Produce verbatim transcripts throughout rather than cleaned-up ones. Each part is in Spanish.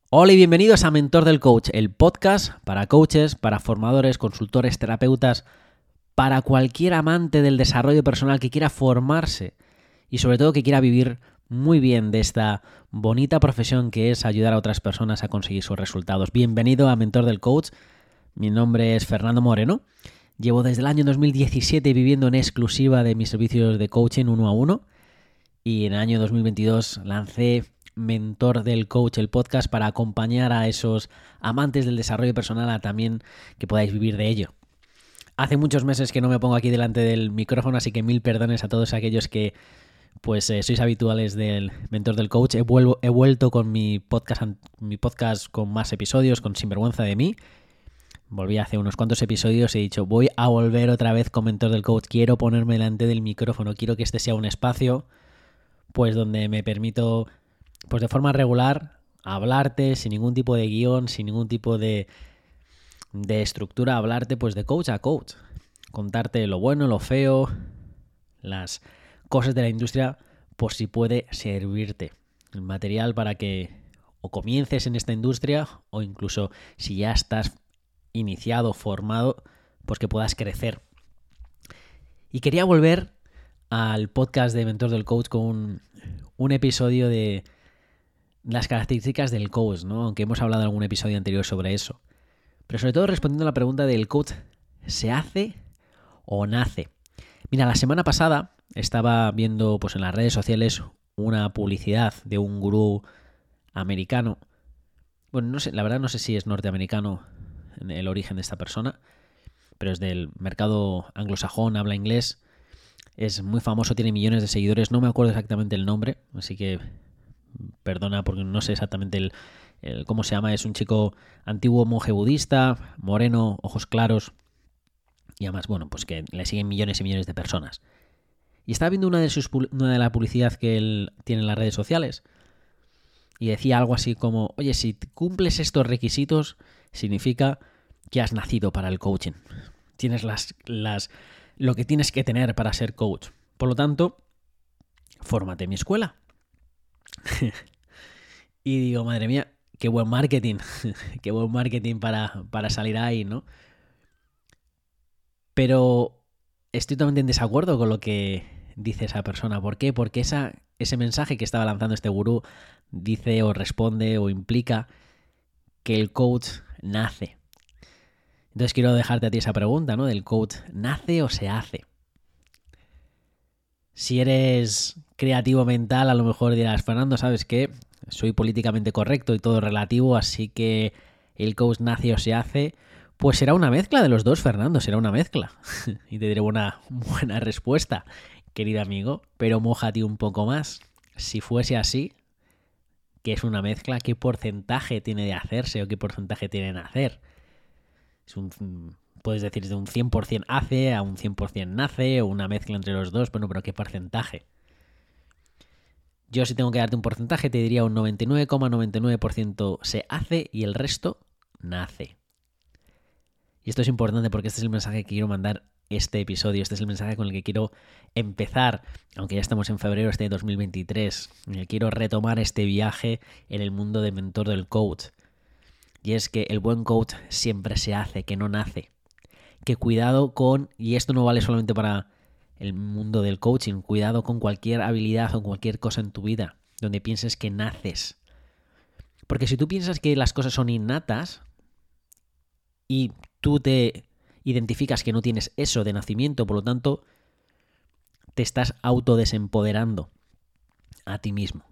Hola y bienvenidos a Mentor del Coach, el podcast para coaches, para formadores, consultores, terapeutas, para cualquier amante del desarrollo personal que quiera formarse y sobre todo que quiera vivir muy bien de esta bonita profesión que es ayudar a otras personas a conseguir sus resultados. Bienvenido a Mentor del Coach, mi nombre es Fernando Moreno, llevo desde el año dos mil diecisiete viviendo en exclusiva de mis servicios de coaching uno a uno y en el año dos mil veintidós lancé Mentor del Coach, el podcast para acompañar a esos amantes del desarrollo personal a también que podáis vivir de ello. Hace muchos meses que no me pongo aquí delante del micrófono, así que mil perdones a todos aquellos que pues eh, sois habituales del Mentor del Coach. He, vuelvo, he vuelto con mi podcast, mi podcast con más episodios, con Sinvergüenza de mí. Volví hace unos cuantos episodios y he dicho, voy a volver otra vez con Mentor del Coach. Quiero ponerme delante del micrófono, quiero que este sea un espacio pues donde me permito pues de forma regular hablarte sin ningún tipo de guión, sin ningún tipo de, de estructura, hablarte pues de coach a coach, contarte lo bueno, lo feo, las cosas de la industria por si puede servirte el material para que o comiences en esta industria o incluso si ya estás iniciado, formado, pues que puedas crecer. Y quería volver al podcast de Mentor del Coach con un, un episodio de las características del coach, ¿no? Aunque hemos hablado en algún episodio anterior sobre eso. Pero sobre todo respondiendo a la pregunta del coach, ¿se hace o nace? Mira, la semana pasada estaba viendo pues en las redes sociales una publicidad de un gurú americano. Bueno, no sé, la verdad no sé si es norteamericano en el origen de esta persona, pero es del mercado anglosajón, habla inglés, es muy famoso, tiene millones de seguidores, no me acuerdo exactamente el nombre, así que perdona porque no sé exactamente el, el cómo se llama. Es un chico antiguo monje budista, moreno, ojos claros y además, bueno, pues que le siguen millones y millones de personas. Y estaba viendo una de sus una de la publicidad que él tiene en las redes sociales y decía algo así como, oye, si cumples estos requisitos significa que has nacido para el coaching. Tienes las, las, lo que tienes que tener para ser coach. Por lo tanto, fórmate en mi escuela. Y digo, madre mía, qué buen marketing, qué buen marketing para, para salir ahí, ¿no? Pero estoy totalmente en desacuerdo con lo que dice esa persona. ¿Por qué? Porque esa, ese mensaje que estaba lanzando este gurú dice o responde o implica que el coach nace. Entonces quiero dejarte a ti esa pregunta, ¿no? ¿Del coach nace o se hace? Si eres creativo mental, a lo mejor dirás, Fernando, ¿sabes qué? Soy políticamente correcto y todo relativo, así que el coach nace o se hace. Pues será una mezcla de los dos, Fernando, será una mezcla. Y te diré una buena respuesta, querido amigo, pero mójate un poco más. Si fuese así, que es una mezcla, ¿qué porcentaje tiene de hacerse o qué porcentaje tiene de hacer? Es un... Puedes decir de un cien por ciento hace a un cien por ciento nace o una mezcla entre los dos, bueno, pero ¿qué porcentaje? Yo si tengo que darte un porcentaje te diría un noventa y nueve coma noventa y nueve por ciento se hace y el resto nace. Y esto es importante porque este es el mensaje que quiero mandar este episodio, este es el mensaje con el que quiero empezar, aunque ya estamos en febrero este dos mil veintitrés, en el que quiero retomar este viaje en el mundo de mentor del coach. Y es que el buen coach siempre se hace, que no nace. Que cuidado con, y esto no vale solamente para el mundo del coaching, cuidado con cualquier habilidad o cualquier cosa en tu vida donde pienses que naces. Porque si tú piensas que las cosas son innatas y tú te identificas que no tienes eso de nacimiento, por lo tanto, te estás autodesempoderando a ti mismo.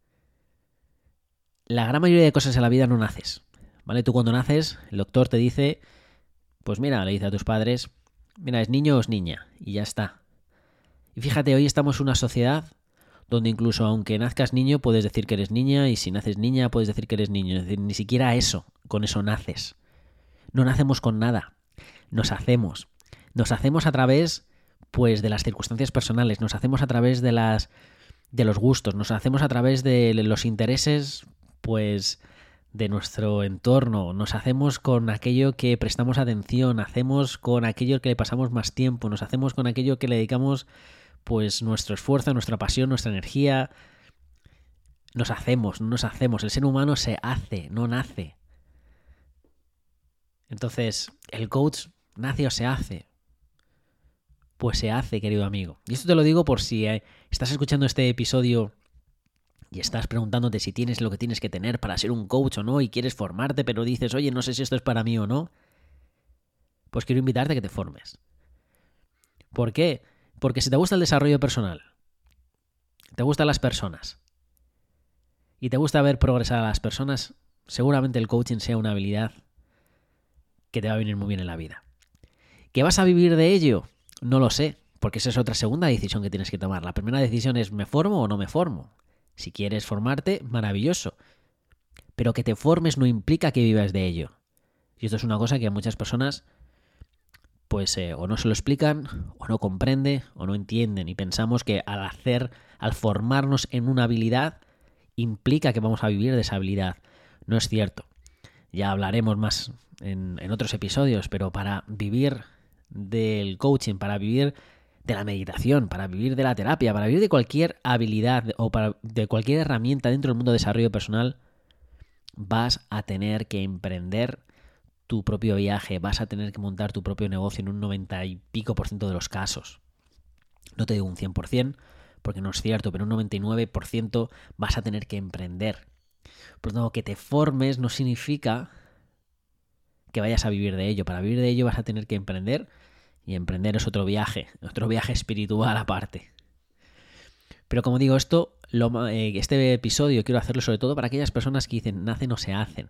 La gran mayoría de cosas en la vida no naces, ¿vale? Tú cuando naces, el doctor te dice... Pues mira, le dice a tus padres, mira, es niño o es niña, y ya está. Y fíjate, hoy estamos en una sociedad donde incluso aunque nazcas niño puedes decir que eres niña, y si naces niña puedes decir que eres niño. Es decir, ni siquiera eso, con eso naces. No nacemos con nada, nos hacemos. Nos hacemos a través, pues, de las circunstancias personales, nos hacemos a través de las, de los gustos, nos hacemos a través de los intereses, pues... de nuestro entorno, nos hacemos con aquello que prestamos atención, hacemos con aquello que le pasamos más tiempo, nos hacemos con aquello que le dedicamos pues nuestro esfuerzo, nuestra pasión, nuestra energía. Nos hacemos, no nos hacemos. El ser humano se hace, no nace. Entonces, ¿el coach nace o se hace? Pues se hace, querido amigo. Y esto te lo digo por si eh, estás escuchando este episodio y estás preguntándote si tienes lo que tienes que tener para ser un coach o no y quieres formarte, pero dices, oye, no sé si esto es para mí o no. Pues quiero invitarte a que te formes. ¿Por qué? Porque si te gusta el desarrollo personal, te gustan las personas y te gusta ver progresar a las personas, seguramente el coaching sea una habilidad que te va a venir muy bien en la vida. ¿Que vas a vivir de ello? No lo sé, porque esa es otra segunda decisión que tienes que tomar. La primera decisión es, ¿me formo o no me formo? Si quieres formarte, maravilloso. Pero que te formes no implica que vivas de ello. Y esto es una cosa que a muchas personas pues eh, o no se lo explican, o no comprende, o no entienden. Y pensamos que al hacer, al formarnos en una habilidad, implica que vamos a vivir de esa habilidad. No es cierto. Ya hablaremos más en, en otros episodios, pero para vivir del coaching, para vivir de la meditación, para vivir de la terapia, para vivir de cualquier habilidad o para, de cualquier herramienta dentro del mundo de desarrollo personal, vas a tener que emprender tu propio viaje, vas a tener que montar tu propio negocio en un noventa y pico por ciento de los casos. No te digo un cien por ciento, porque no es cierto, pero un noventa y nueve por ciento vas a tener que emprender. Por lo tanto, que te formes no significa que vayas a vivir de ello. Para vivir de ello vas a tener que emprender, y emprender es otro viaje, otro viaje espiritual aparte. Pero como digo, esto, lo, eh, este episodio quiero hacerlo sobre todo para aquellas personas que dicen nacen o se hacen.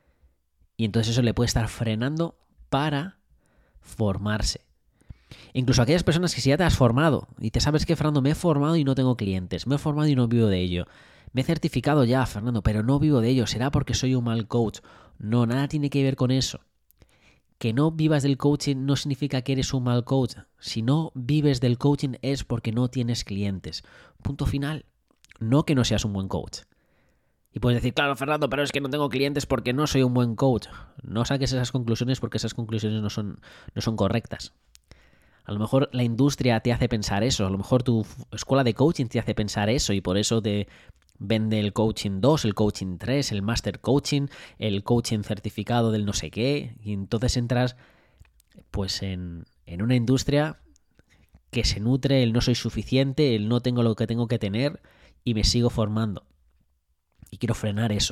Y entonces eso le puede estar frenando para formarse. Incluso aquellas personas que si ya te has formado y te sabes que, Fernando, me he formado y no tengo clientes, me he formado y no vivo de ello, me he certificado ya, Fernando, pero no vivo de ello, ¿será porque soy un mal coach? No, nada tiene que ver con eso. Que no vivas del coaching no significa que eres un mal coach. Si no vives del coaching es porque no tienes clientes. Punto final. No que no seas un buen coach. Y puedes decir, claro, Fernando, pero es que no tengo clientes porque no soy un buen coach. No saques esas conclusiones porque esas conclusiones no son, no son correctas. A lo mejor la industria te hace pensar eso, a lo mejor tu escuela de coaching te hace pensar eso y por eso te vende el coaching dos, el coaching tres, el master coaching, el coaching certificado del no sé qué, y entonces entras pues en, en una industria que se nutre el no soy suficiente, el no tengo lo que tengo que tener y me sigo formando. Y quiero frenar eso.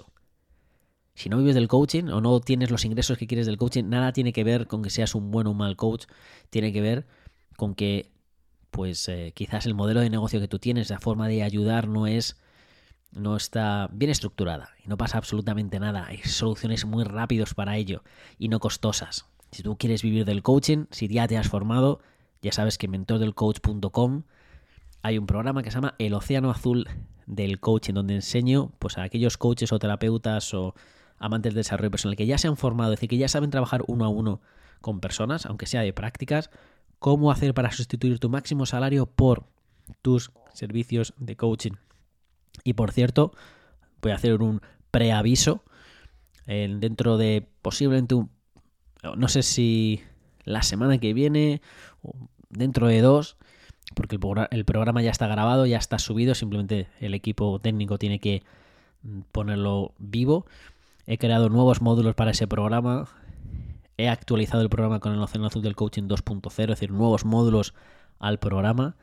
Si no vives del coaching o no tienes los ingresos que quieres del coaching, nada tiene que ver con que seas un buen o un mal coach. Tiene que ver con que pues eh, quizás el modelo de negocio que tú tienes, la forma de ayudar no es no está bien estructurada y no pasa absolutamente nada. Hay soluciones muy rápidas para ello y no costosas. Si tú quieres vivir del coaching, si ya te has formado, ya sabes que en mentor del coach punto com hay un programa que se llama El Océano Azul del Coaching, donde enseño pues, a aquellos coaches o terapeutas o amantes del desarrollo personal que ya se han formado, es decir, que ya saben trabajar uno a uno con personas, aunque sea de prácticas, cómo hacer para sustituir tu máximo salario por tus servicios de coaching. Y por cierto, voy a hacer un preaviso eh, dentro de posiblemente un, no sé si la semana que viene o dentro de dos, porque el, programa, el programa ya está grabado, ya está subido, simplemente el equipo técnico tiene que ponerlo vivo. He creado nuevos módulos para ese programa, he actualizado el programa con el Océano Azul del Coaching dos punto cero, es decir, nuevos módulos al programa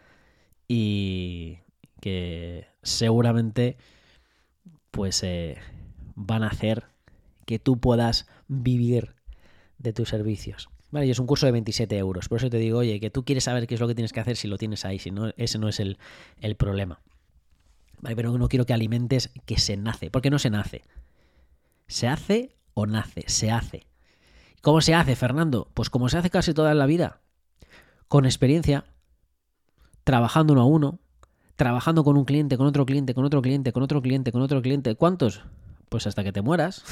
y que seguramente pues eh, van a hacer que tú puedas vivir de tus servicios. Vale, y es un curso de veintisiete euros. Por eso te digo, oye, que tú quieres saber qué es lo que tienes que hacer si lo tienes ahí. Si no, ese no es el, el problema. Vale, pero no quiero que alimentes que se nace. Porque no se nace. ¿Se hace o nace? Se hace. ¿Cómo se hace, Fernando? Pues como se hace casi toda la vida. Con experiencia. Trabajando uno a uno. Trabajando con un cliente, con otro cliente, con otro cliente, con otro cliente, con otro cliente. ¿Cuántos? Pues hasta que te mueras.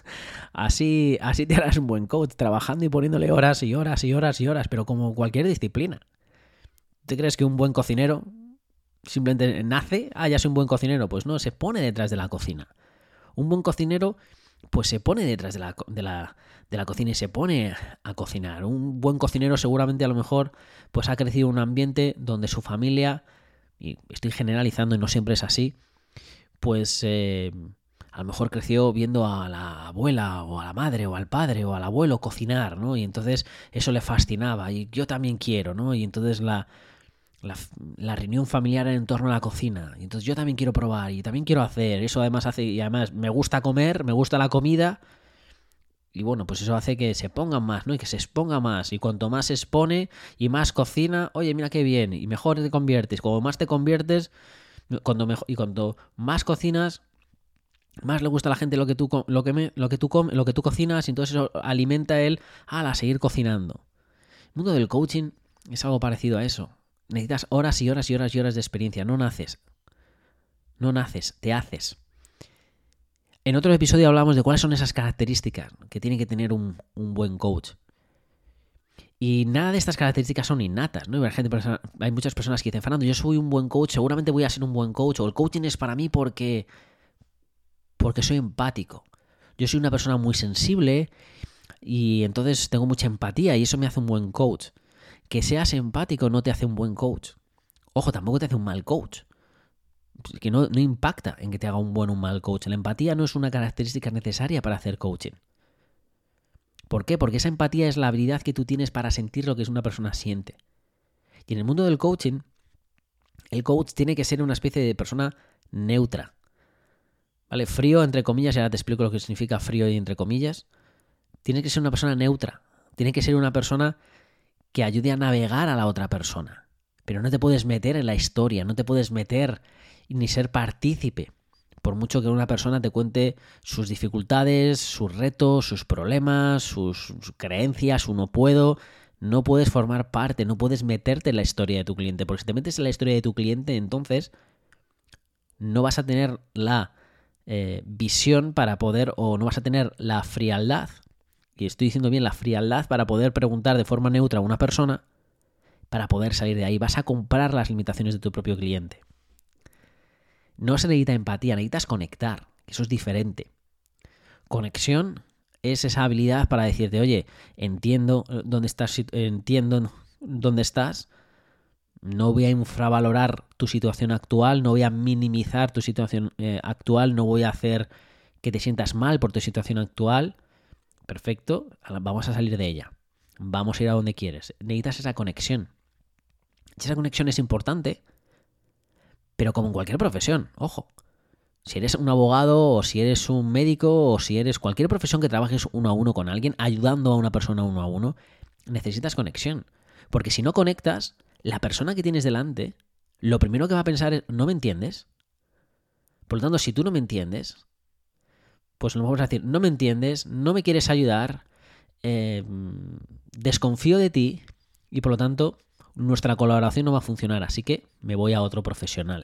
así, así te harás un buen coach, trabajando y poniéndole horas y horas y horas y horas, pero como cualquier disciplina. ¿Te crees que un buen cocinero simplemente nace? Ah, ya soy un buen cocinero. Pues no, se pone detrás de la cocina. Un buen cocinero, pues se pone detrás de la, de la, de la cocina y se pone a cocinar. Un buen cocinero seguramente a lo mejor pues ha crecido en un ambiente donde su familia, y estoy generalizando y no siempre es así, pues eh, a lo mejor creció viendo a la abuela o a la madre o al padre o al abuelo cocinar, ¿no? Y entonces eso le fascinaba y yo también quiero, ¿no? Y entonces la, la, la reunión familiar en torno a la cocina. Y entonces yo también quiero probar y también quiero hacer. Eso además hace, y además me gusta comer, me gusta la comida. Y bueno, pues eso hace que se pongan más, ¿no? Y que se exponga más. Y cuanto más se expone y más cocina, oye, mira qué bien. Y mejor te conviertes. Como más te conviertes, cuando mejor, y cuanto más cocinas, más le gusta a la gente lo que tú, lo que me, lo que tú, lo que tú cocinas. Y entonces eso alimenta a él a seguir cocinando. El mundo del coaching es algo parecido a eso. Necesitas horas y horas y horas y horas de experiencia. No naces. No naces, te haces. En otro episodio hablamos de cuáles son esas características que tiene que tener un, un buen coach. Y nada de estas características son innatas, ¿no? Hay, gente, hay muchas personas que dicen, Fernando, yo soy un buen coach, seguramente voy a ser un buen coach, o el coaching es para mí porque, porque soy empático. Yo soy una persona muy sensible y entonces tengo mucha empatía y eso me hace un buen coach. Que seas empático no te hace un buen coach. Ojo, tampoco te hace un mal coach. Que no, no impacta en que te haga un buen o un mal coach. La empatía no es una característica necesaria para hacer coaching. ¿Por qué? Porque esa empatía es la habilidad que tú tienes para sentir lo que una persona siente. Y en el mundo del coaching, el coach tiene que ser una especie de persona neutra. ¿Vale? Frío, entre comillas, y ahora te explico lo que significa frío y entre comillas. Tiene que ser una persona neutra. Tiene que ser una persona que ayude a navegar a la otra persona. Pero no te puedes meter en la historia, no te puedes meter ni ser partícipe. Por mucho que una persona te cuente sus dificultades, sus retos, sus problemas, sus, sus creencias, su no puedo, no puedes formar parte, no puedes meterte en la historia de tu cliente. Porque si te metes en la historia de tu cliente, entonces no vas a tener la eh, visión para poder, o no vas a tener la frialdad, y estoy diciendo bien la frialdad, para poder preguntar de forma neutra a una persona, para poder salir de ahí. Vas a comprar las limitaciones de tu propio cliente. No se necesita empatía, necesitas conectar, que eso es diferente. Conexión es esa habilidad para decirte, oye, entiendo dónde estás, entiendo dónde estás, no voy a infravalorar tu situación actual, no voy a minimizar tu situación eh, actual, no voy a hacer que te sientas mal por tu situación actual. Perfecto, vamos a salir de ella. Vamos a ir a donde quieres. Necesitas esa conexión. Esa conexión es importante, pero como en cualquier profesión, ojo. Si eres un abogado o si eres un médico o si eres cualquier profesión que trabajes uno a uno con alguien, ayudando a una persona uno a uno, necesitas conexión. Porque si no conectas, la persona que tienes delante, lo primero que va a pensar es, ¿no me entiendes? Por lo tanto, si tú no me entiendes, pues a lo mejor vas a decir, no me entiendes, no me quieres ayudar, eh, desconfío de ti y por lo tanto nuestra colaboración no va a funcionar, así que me voy a otro profesional.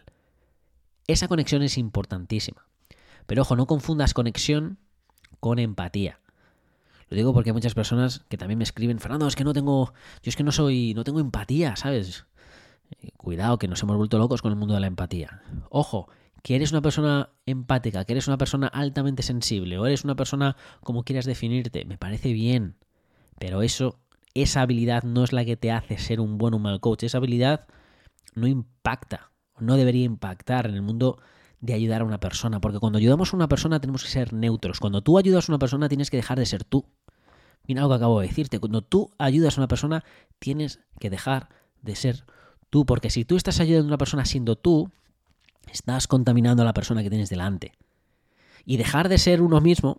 Esa conexión es importantísima. Pero ojo, no confundas conexión con empatía. Lo digo porque hay muchas personas que también me escriben, Fernando, es que no tengo, yo es que no soy, no tengo empatía, ¿sabes? Cuidado, que nos hemos vuelto locos con el mundo de la empatía. Ojo, que eres una persona empática, que eres una persona altamente sensible, o eres una persona como quieras definirte, me parece bien. Pero eso, esa habilidad no es la que te hace ser un buen o un mal coach. Esa habilidad no impacta, no debería impactar en el mundo de ayudar a una persona. Porque cuando ayudamos a una persona tenemos que ser neutros. Cuando tú ayudas a una persona tienes que dejar de ser tú. Mira lo que acabo de decirte. Cuando tú ayudas a una persona tienes que dejar de ser tú. Porque si tú estás ayudando a una persona siendo tú, estás contaminando a la persona que tienes delante. Y dejar de ser uno mismo...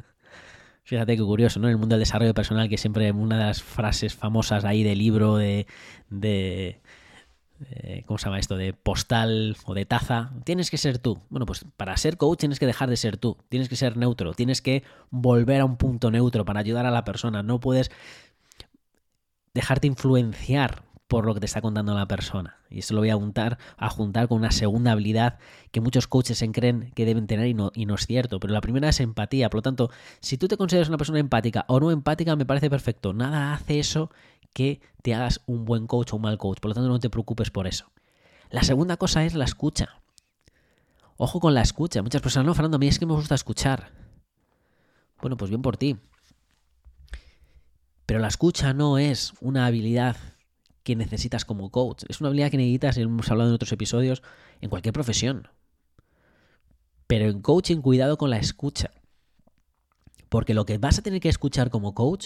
Fíjate qué curioso, ¿no? En el mundo del desarrollo personal, que siempre una de las frases famosas ahí de libro, de, de, de ¿cómo se llama esto? De postal o de taza, tienes que ser tú. Bueno, pues para ser coach tienes que dejar de ser tú, tienes que ser neutro, tienes que volver a un punto neutro para ayudar a la persona. No puedes dejarte influenciar por lo que te está contando la persona. Y eso lo voy a juntar, a juntar con una segunda habilidad que muchos coaches se creen que deben tener y no, y no es cierto. Pero la primera es empatía. Por lo tanto, si tú te consideras una persona empática o no empática, me parece perfecto. Nada hace eso que te hagas un buen coach o un mal coach. Por lo tanto, no te preocupes por eso. La segunda cosa es la escucha. Ojo con la escucha. Muchas personas, no, Fernando, a mí es que me gusta escuchar. Bueno, pues bien por ti. Pero la escucha no es una habilidad que necesitas como coach. Es una habilidad que necesitas, y hemos hablado en otros episodios, en cualquier profesión. Pero en coaching, cuidado con la escucha. Porque lo que vas a tener que escuchar como coach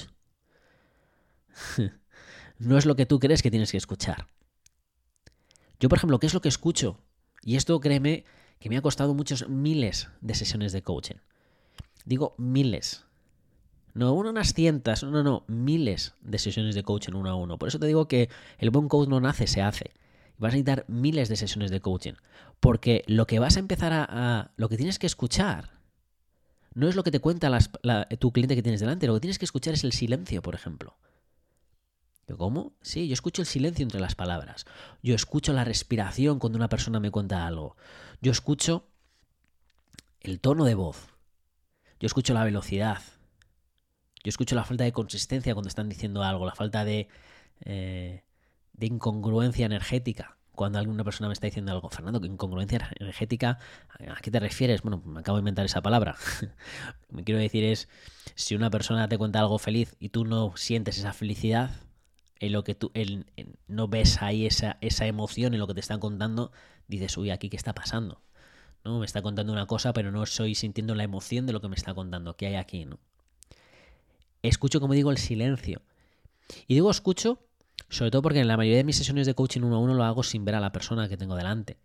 no es lo que tú crees que tienes que escuchar. Yo, por ejemplo, ¿qué es lo que escucho? Y esto, créeme, que me ha costado muchos miles de sesiones de coaching. Digo miles. No unas cientos, no, no, miles de sesiones de coaching uno a uno. Por eso te digo que el buen coach no nace, se hace. Vas a necesitar miles de sesiones de coaching. Porque lo que vas a empezar a... a lo que tienes que escuchar no es lo que te cuenta las, la, tu cliente que tienes delante. Lo que tienes que escuchar es el silencio, por ejemplo. ¿Cómo? Sí, yo escucho el silencio entre las palabras. Yo escucho la respiración cuando una persona me cuenta algo. Yo escucho el tono de voz. Yo escucho la velocidad. Yo escucho la falta de consistencia cuando están diciendo algo, la falta de, eh, de incongruencia energética cuando alguna persona me está diciendo algo. Fernando, ¿qué incongruencia energética? ¿A qué te refieres? Bueno, me acabo de inventar esa palabra. Lo que quiero decir es, si una persona te cuenta algo feliz y tú no sientes esa felicidad, en lo que tú en, en, no ves ahí esa, esa emoción en lo que te están contando, dices, uy, ¿aquí qué está pasando? ¿No? Me está contando una cosa, pero no estoy sintiendo la emoción de lo que me está contando. ¿Qué hay aquí? ¿No? Escucho, como digo, el silencio. Y digo escucho, sobre todo porque en la mayoría de mis sesiones de coaching uno a uno lo hago sin ver a la persona que tengo delante.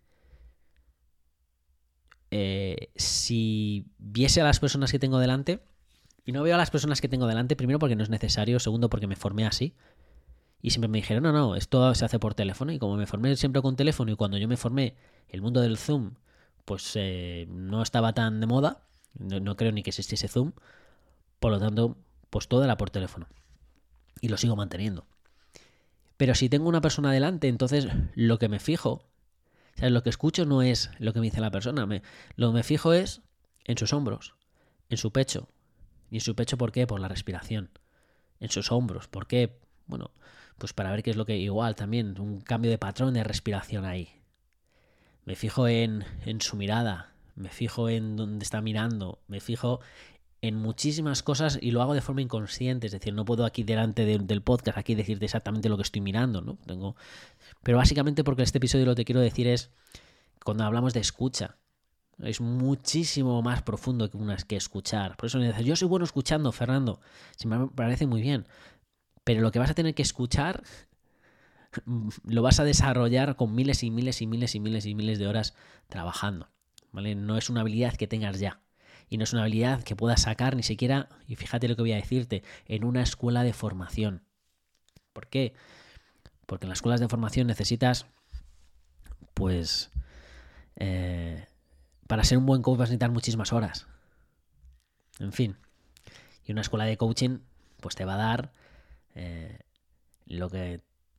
Eh, si viese a las personas que tengo delante, y no veo a las personas que tengo delante, primero porque no es necesario, segundo porque me formé así, y siempre me dijeron, no, no, esto se hace por teléfono, y como me formé siempre con teléfono, y cuando yo me formé, el mundo del Zoom, pues eh, no estaba tan de moda, no, no creo ni que existiese Zoom, por lo tanto, pues todo era por teléfono. Y lo sigo manteniendo. Pero si tengo una persona delante, entonces lo que me fijo, ¿sabes? Lo que escucho no es lo que me dice la persona. Me, lo que me fijo es en sus hombros, en su pecho. ¿Y en su pecho por qué? Por la respiración. En sus hombros. ¿Por qué? Bueno, pues para ver qué es lo que... Igual también, un cambio de patrón de respiración ahí. Me fijo en, en su mirada. Me fijo en dónde está mirando. Me fijo en muchísimas cosas y lo hago de forma inconsciente, es decir, no puedo aquí delante de, del podcast aquí decirte exactamente lo que estoy mirando, ¿no? Tengo... Pero básicamente porque este episodio lo que te quiero decir es, cuando hablamos de escucha, es muchísimo más profundo que unas que escuchar. Por eso me dices, yo soy bueno escuchando, Fernando, sí, me parece muy bien, pero lo que vas a tener que escuchar lo vas a desarrollar con miles y miles y miles y miles y miles de horas trabajando, ¿vale? No es una habilidad que tengas ya. Y no es una habilidad que puedas sacar ni siquiera, y fíjate lo que voy a decirte, en una escuela de formación. ¿Por qué? Porque en las escuelas de formación necesitas, pues, eh, para ser un buen coach vas a necesitar muchísimas horas. En fin. Y una escuela de coaching, pues te va a dar eh, lo que...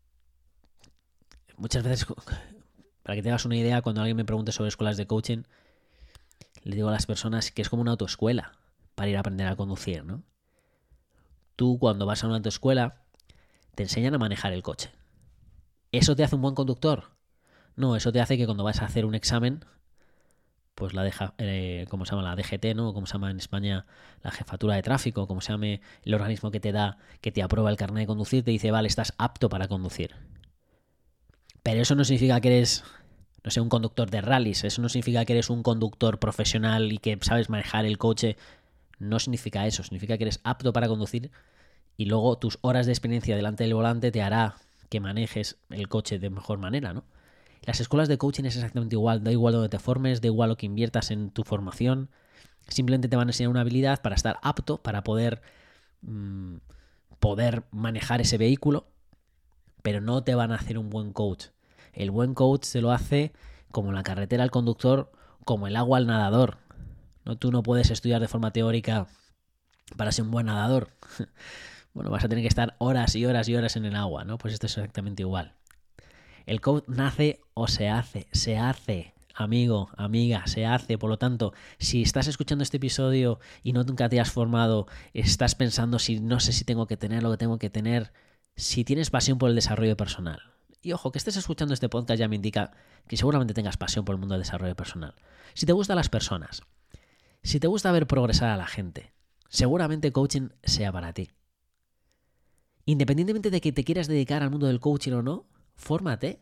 Muchas veces, para que te hagas una idea, cuando alguien me pregunte sobre escuelas de coaching, le digo a las personas que es como una autoescuela para ir a aprender a conducir, ¿no? Tú cuando vas a una autoescuela te enseñan a manejar el coche. ¿Eso te hace un buen conductor? No, eso te hace que cuando vas a hacer un examen, pues la deja, eh, ¿cómo se llama? La D G T, ¿no? Como se llama en España la jefatura de tráfico, como se llame el organismo que te da, que te aprueba el carnet de conducir, te dice, vale, estás apto para conducir. Pero eso no significa que eres... no sé, un conductor de rallies, eso no significa que eres un conductor profesional y que sabes manejar el coche, no significa eso, significa que eres apto para conducir y luego tus horas de experiencia delante del volante te hará que manejes el coche de mejor manera, ¿no? Las escuelas de coaching es exactamente igual, da igual donde te formes, da igual lo que inviertas en tu formación, simplemente te van a enseñar una habilidad para estar apto, para poder, mmm, poder manejar ese vehículo, pero no te van a hacer un buen coach. El buen coach se lo hace como la carretera al conductor, como el agua al nadador. ¿No? Tú no puedes estudiar de forma teórica para ser un buen nadador. Bueno, vas a tener que estar horas y horas y horas en el agua, ¿no? Pues esto es exactamente igual. El coach nace o se hace, se hace, amigo, amiga, se hace. Por lo tanto, si estás escuchando este episodio y no nunca te has formado, estás pensando si no sé si tengo que tener lo que tengo que tener, si tienes pasión por el desarrollo personal. Y ojo, que estés escuchando este podcast ya me indica que seguramente tengas pasión por el mundo del desarrollo personal. Si te gustan las personas, si te gusta ver progresar a la gente, seguramente coaching sea para ti. Independientemente de que te quieras dedicar al mundo del coaching o no, fórmate.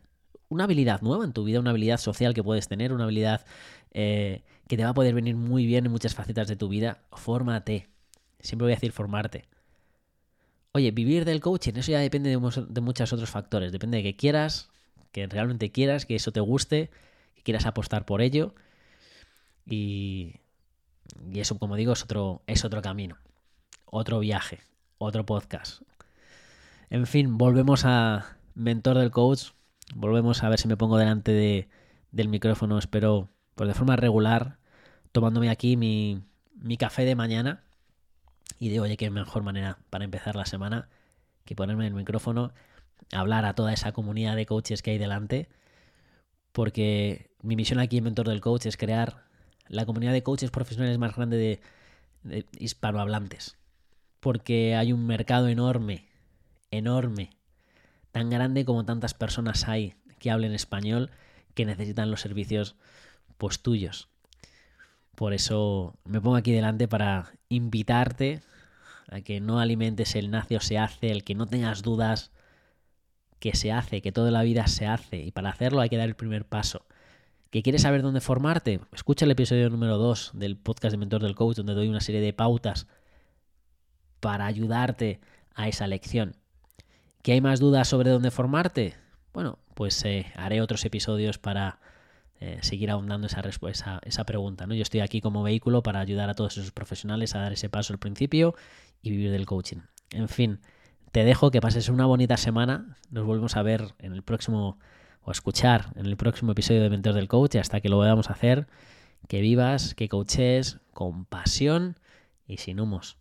una habilidad nueva en tu vida, una habilidad social que puedes tener, una habilidad eh, que te va a poder venir muy bien en muchas facetas de tu vida, fórmate. Siempre voy a decir formarte. Oye, vivir del coaching, eso ya depende de, de muchos otros factores. Depende de que quieras, que realmente quieras, que eso te guste, que quieras apostar por ello. Y, y eso, como digo, es otro, es otro camino, otro viaje, otro podcast. En fin, volvemos a Mentor del Coach. Volvemos a ver si me pongo delante de, del micrófono, espero, pues de forma regular, tomándome aquí mi, mi café de mañana. Y digo, oye, qué mejor manera para empezar la semana que ponerme en el micrófono, hablar a toda esa comunidad de coaches que hay delante, porque mi misión aquí en Mentor del Coach es crear la comunidad de coaches profesionales más grande de, de hispanohablantes. Porque hay un mercado enorme, enorme, tan grande como tantas personas hay que hablen español que necesitan los servicios pues tuyos. Por eso me pongo aquí delante para invitarte a que no alimentes el nace o se hace, el que no tengas dudas, que se hace, que toda la vida se hace. Y para hacerlo hay que dar el primer paso. ¿Que quieres saber dónde formarte? Escucha el episodio número dos del podcast de Mentor del Coach, donde doy una serie de pautas para ayudarte a esa lección. ¿Que hay más dudas sobre dónde formarte? Bueno, pues eh, haré otros episodios para eh, seguir ahondando esa, esa, esa pregunta, ¿no? Yo estoy aquí como vehículo para ayudar a todos esos profesionales a dar ese paso al principio y vivir del coaching. En fin, te dejo, que pases una bonita semana. Nos volvemos a ver en el próximo, o a escuchar en el próximo episodio de Mentor del Coach. Hasta que lo podamos hacer, que vivas, que coaches con pasión y sin humos.